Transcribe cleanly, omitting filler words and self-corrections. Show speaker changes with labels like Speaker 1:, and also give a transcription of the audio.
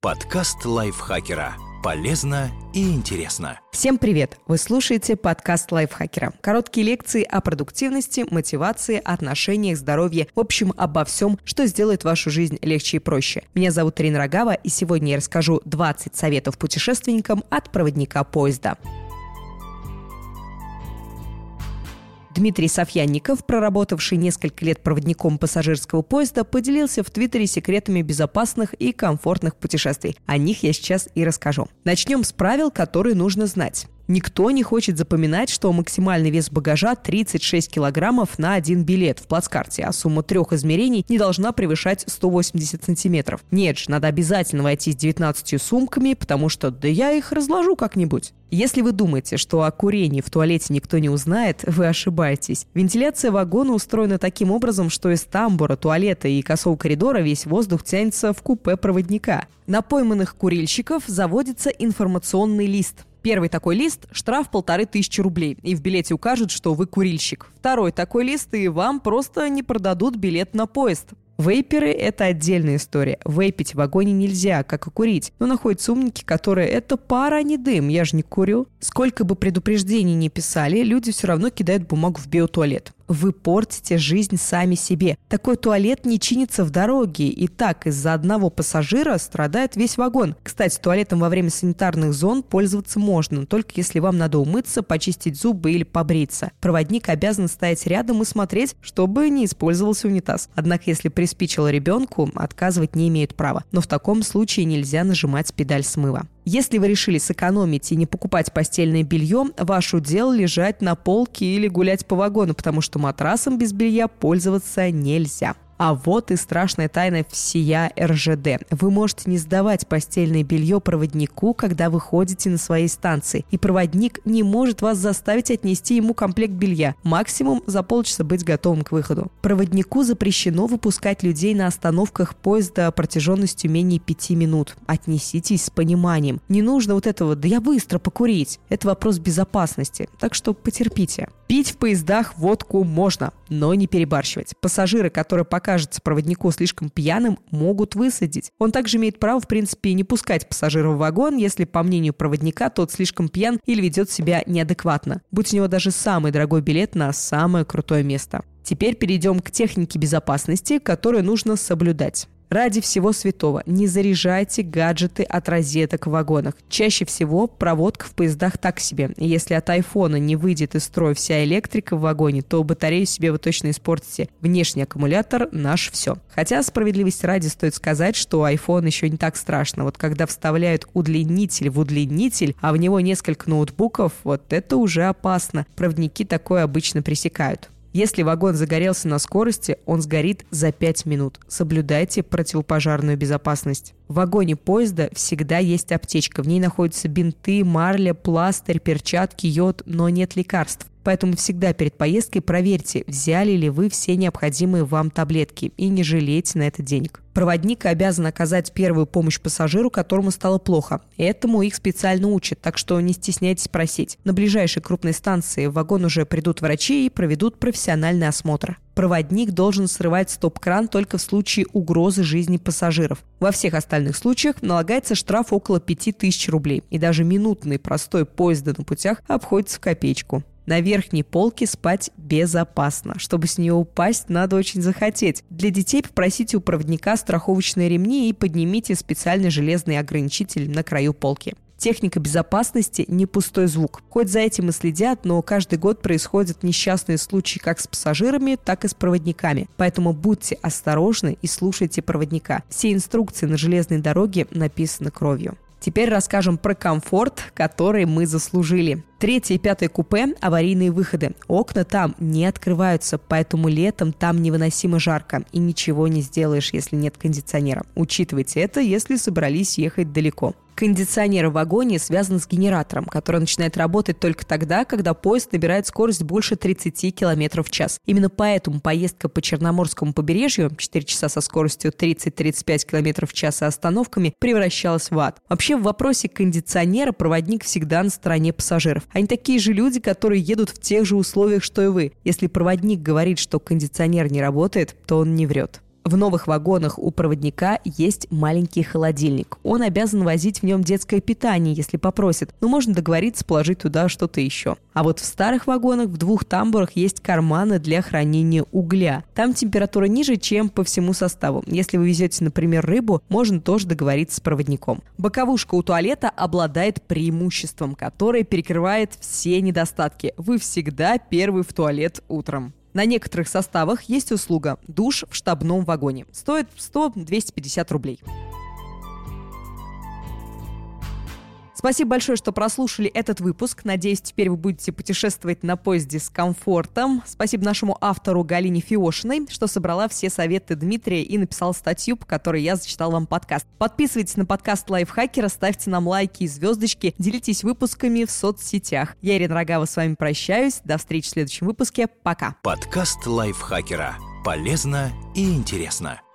Speaker 1: Подкаст лайфхакера. Полезно и интересно.
Speaker 2: Всем привет! Вы слушаете подкаст лайфхакера. Короткие лекции о продуктивности, мотивации, отношениях, здоровье. В общем, обо всем, что сделает вашу жизнь легче и проще. Меня зовут Ирина Рогава, и сегодня я расскажу 20 советов путешественникам от проводника поезда. Дмитрий Софьянников, проработавший несколько лет проводником пассажирского поезда, поделился в Твиттере секретами безопасных и комфортных путешествий. О них я сейчас и расскажу. Начнем с правил, которые нужно знать. Никто не хочет запоминать, что максимальный вес багажа 36 килограммов на один билет в плацкарте, а сумма 3 измерений не должна превышать 180 сантиметров. Нет же, надо обязательно войти с 19 сумками, потому что да я их разложу как-нибудь. Если вы думаете, что о курении в туалете никто не узнает, вы ошибаетесь. Вентиляция вагона устроена таким образом, что из тамбура, туалета и косого коридора весь воздух тянется в купе проводника. На пойманных курильщиков заводится информационный лист. Первый такой лист – штраф 1500 рублей, и в билете укажут, что вы курильщик. Второй такой лист, и вам просто не продадут билет на поезд. Вейперы – это отдельная история. Вейпить в вагоне нельзя, как и курить. Но находятся умники, которые «это пара, а не дым, я же не курю». Сколько бы предупреждений ни писали, люди все равно кидают бумагу в биотуалет. Вы портите жизнь сами себе. Такой туалет не чинится в дороге, и так из-за одного пассажира страдает весь вагон. Кстати, туалетом во время санитарных зон пользоваться можно, только если вам надо умыться, почистить зубы или побриться. Проводник обязан стоять рядом и смотреть, чтобы не использовался унитаз. Однако, если приспичило ребенку, отказывать не имеет права. Но в таком случае нельзя нажимать педаль смыва. Если вы решили сэкономить и не покупать постельное белье, ваш удел лежать на полке или гулять по вагону, потому что матрасом без белья пользоваться нельзя. А вот и страшная тайна всея РЖД. Вы можете не сдавать постельное белье проводнику, когда вы ходите на своей станции. И проводник не может вас заставить отнести ему комплект белья. Максимум за полчаса быть готовым к выходу. Проводнику запрещено выпускать людей на остановках поезда протяженностью менее 5 минут. Отнеситесь с пониманием. Не нужно вот этого «да я быстро покурить». Это вопрос безопасности. Так что потерпите. Пить в поездах водку можно, но не перебарщивать. Пассажиры, которые покажутся проводнику слишком пьяным, могут высадить. Он также имеет право, в принципе, не пускать пассажира в вагон, если, по мнению проводника, тот слишком пьян или ведет себя неадекватно. Будь у него даже самый дорогой билет на самое крутое место. Теперь перейдем к технике безопасности, которую нужно соблюдать. Ради всего святого, не заряжайте гаджеты от розеток в вагонах. Чаще всего проводка в поездах так себе. И если от айфона не выйдет из строя вся электрика в вагоне, то батарею себе вы точно испортите. Внешний аккумулятор – наше все. Хотя, справедливости ради, стоит сказать, что iPhone еще не так страшно. Вот когда вставляют удлинитель в удлинитель, а в него несколько ноутбуков, вот это уже опасно. Проводники такое обычно пресекают. Если вагон загорелся на скорости, он сгорит за 5 минут. Соблюдайте противопожарную безопасность. В вагоне поезда всегда есть аптечка. В ней находятся бинты, марля, пластырь, перчатки, йод, но нет лекарств. Поэтому всегда перед поездкой проверьте, взяли ли вы все необходимые вам таблетки, и не жалейте на это денег. Проводник обязан оказать первую помощь пассажиру, которому стало плохо. Этому их специально учат, так что не стесняйтесь просить. На ближайшей крупной станции в вагон уже придут врачи и проведут профессиональный осмотр. Проводник должен срывать стоп-кран только в случае угрозы жизни пассажиров. Во всех остальных случаях налагается штраф около 5000 рублей. И даже минутный простой поезда на путях обходится в копеечку. На верхней полке спать безопасно. Чтобы с нее упасть, надо очень захотеть. Для детей попросите у проводника страховочные ремни и поднимите специальный железный ограничитель на краю полки. Техника безопасности – не пустой звук. Хоть за этим и следят, но каждый год происходят несчастные случаи как с пассажирами, так и с проводниками. Поэтому будьте осторожны и слушайте проводника. Все инструкции на железной дороге написаны кровью. Теперь расскажем про комфорт, который мы заслужили. 3 и 5 купе – аварийные выходы. Окна там не открываются, поэтому летом там невыносимо жарко. И ничего не сделаешь, если нет кондиционера. Учитывайте это, если собрались ехать далеко. Кондиционер в вагоне связан с генератором, который начинает работать только тогда, когда поезд набирает скорость больше 30 км в час. Именно поэтому поездка по Черноморскому побережью 4 часа со скоростью 30-35 км в час и остановками превращалась в ад. Вообще, в вопросе кондиционера проводник всегда на стороне пассажиров. Они такие же люди, которые едут в тех же условиях, что и вы. Если проводник говорит, что кондиционер не работает, то он не врет. В новых вагонах у проводника есть маленький холодильник. Он обязан возить в нем детское питание, если попросит, но можно договориться положить туда что-то еще. А вот в старых вагонах в 2 тамбурах есть карманы для хранения угля. Там температура ниже, чем по всему составу. Если вы везете, например, рыбу, можно тоже договориться с проводником. Боковушка у туалета обладает преимуществом, которое перекрывает все недостатки. Вы всегда первый в туалет утром. На некоторых составах есть услуга «Душ в штабном вагоне». Стоит 100-250 рублей. Спасибо большое, что прослушали этот выпуск. Надеюсь, теперь вы будете путешествовать на поезде с комфортом. Спасибо нашему автору Галине Фиошиной, что собрала все советы Дмитрия и написала статью, по которой я зачитала вам подкаст. Подписывайтесь на подкаст Лайфхакера, ставьте нам лайки и звездочки, делитесь выпусками в соцсетях. Я, Ирина Рогава, с вами прощаюсь. До встречи в следующем выпуске. Пока.
Speaker 1: Подкаст Лайфхакера. Полезно и интересно.